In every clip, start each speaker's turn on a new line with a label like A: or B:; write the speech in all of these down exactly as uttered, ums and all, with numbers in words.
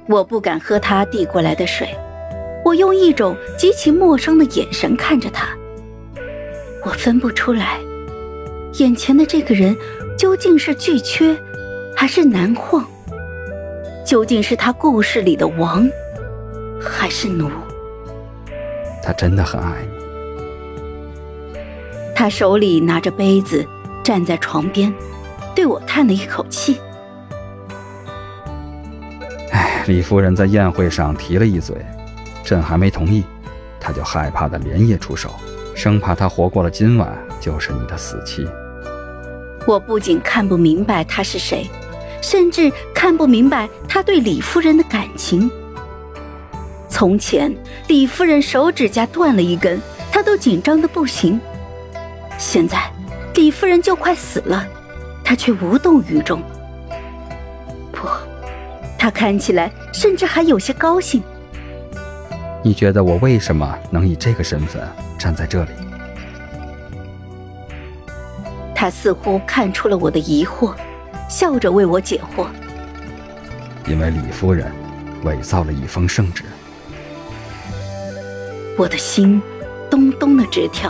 A: 我不敢喝他递过来的水，我用一种极其陌生的眼神看着他。我分不出来，眼前的这个人究竟是巨阙，还是南晃？究竟是他故事里的王，还是奴？
B: 他真的很爱你。
A: 他手里拿着杯子，站在床边，对我叹了一口气。
B: 哎，李夫人在宴会上提了一嘴，朕还没同意，他就害怕的连夜出手，生怕他活过了今晚就是你的死期。
A: 我不仅看不明白他是谁，甚至看不明白他对李夫人的感情。从前李夫人手指甲断了一根，他都紧张得不行，现在李夫人就快死了，他却无动于衷。不，他看起来甚至还有些高兴。
B: 你觉得我为什么能以这个身份站在这里？
A: 他似乎看出了我的疑惑，笑着为我解惑。
B: 因为李夫人伪造了一封圣旨。
A: 我的心咚咚的直跳。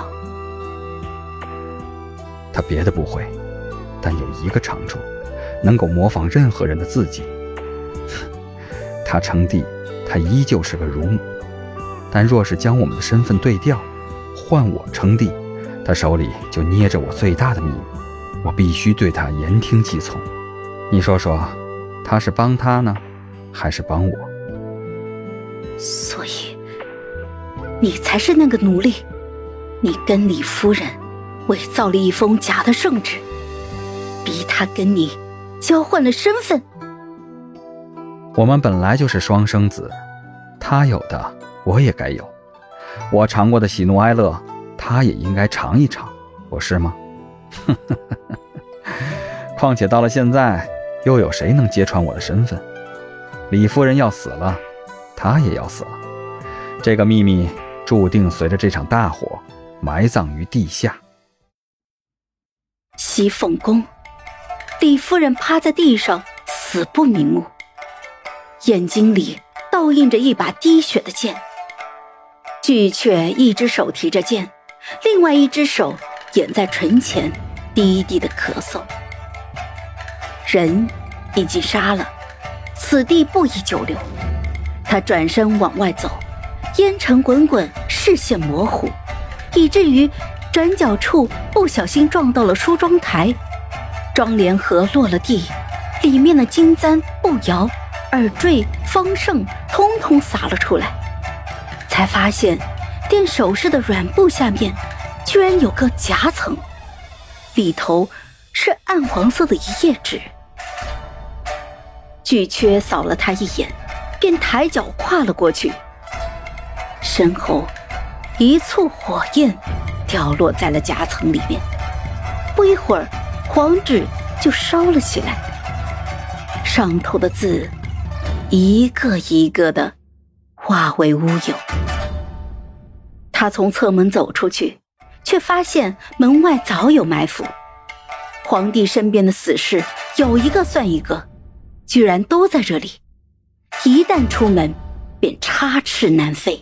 B: 他别的不会，但有一个长处，能够模仿任何人的字迹。他称帝，他依旧是个乳母，但若是将我们的身份对调，换我称帝，他手里就捏着我最大的秘密，我必须对他言听计从。你说说，他是帮他呢，还是帮我？
A: 所以你才是那个奴隶，你跟李夫人伪造了一封假的圣旨，逼他跟你交换了身份。
B: 我们本来就是双生子，他有的我也该有，我尝过的喜怒哀乐他也应该尝一尝，不是吗？况且到了现在，又有谁能揭穿我的身份？李夫人要死了，他也要死了，这个秘密注定随着这场大火埋葬于地下。
A: 西凤宫，李夫人趴在地上死不瞑目，眼睛里倒映着一把滴血的剑。巨阙一只手提着剑，另外一只手掩在唇前，低低的咳嗽。人已经杀了，此地不宜久留。他转身往外走，烟尘滚滚，视线模糊，以至于转角处不小心撞到了梳妆台，妆帘盒落了地，里面的金簪、步摇、耳坠、方胜通通洒了出来，才发现垫首饰的软布下面居然有个夹层，里头是暗黄色的一页纸。巨阙扫了他一眼，便抬脚跨了过去，身后一簇火焰掉落在了夹层里面，不一会儿黄纸就烧了起来，上头的字一个一个的化为乌有。他从侧门走出去，却发现门外早有埋伏，皇帝身边的死士有一个算一个，居然都在这里，一旦出门便插翅难飞。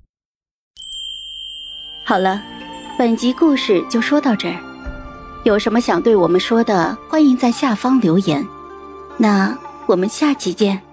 A: 好了，本集故事就说到这儿，有什么想对我们说的，欢迎在下方留言。那我们下集见。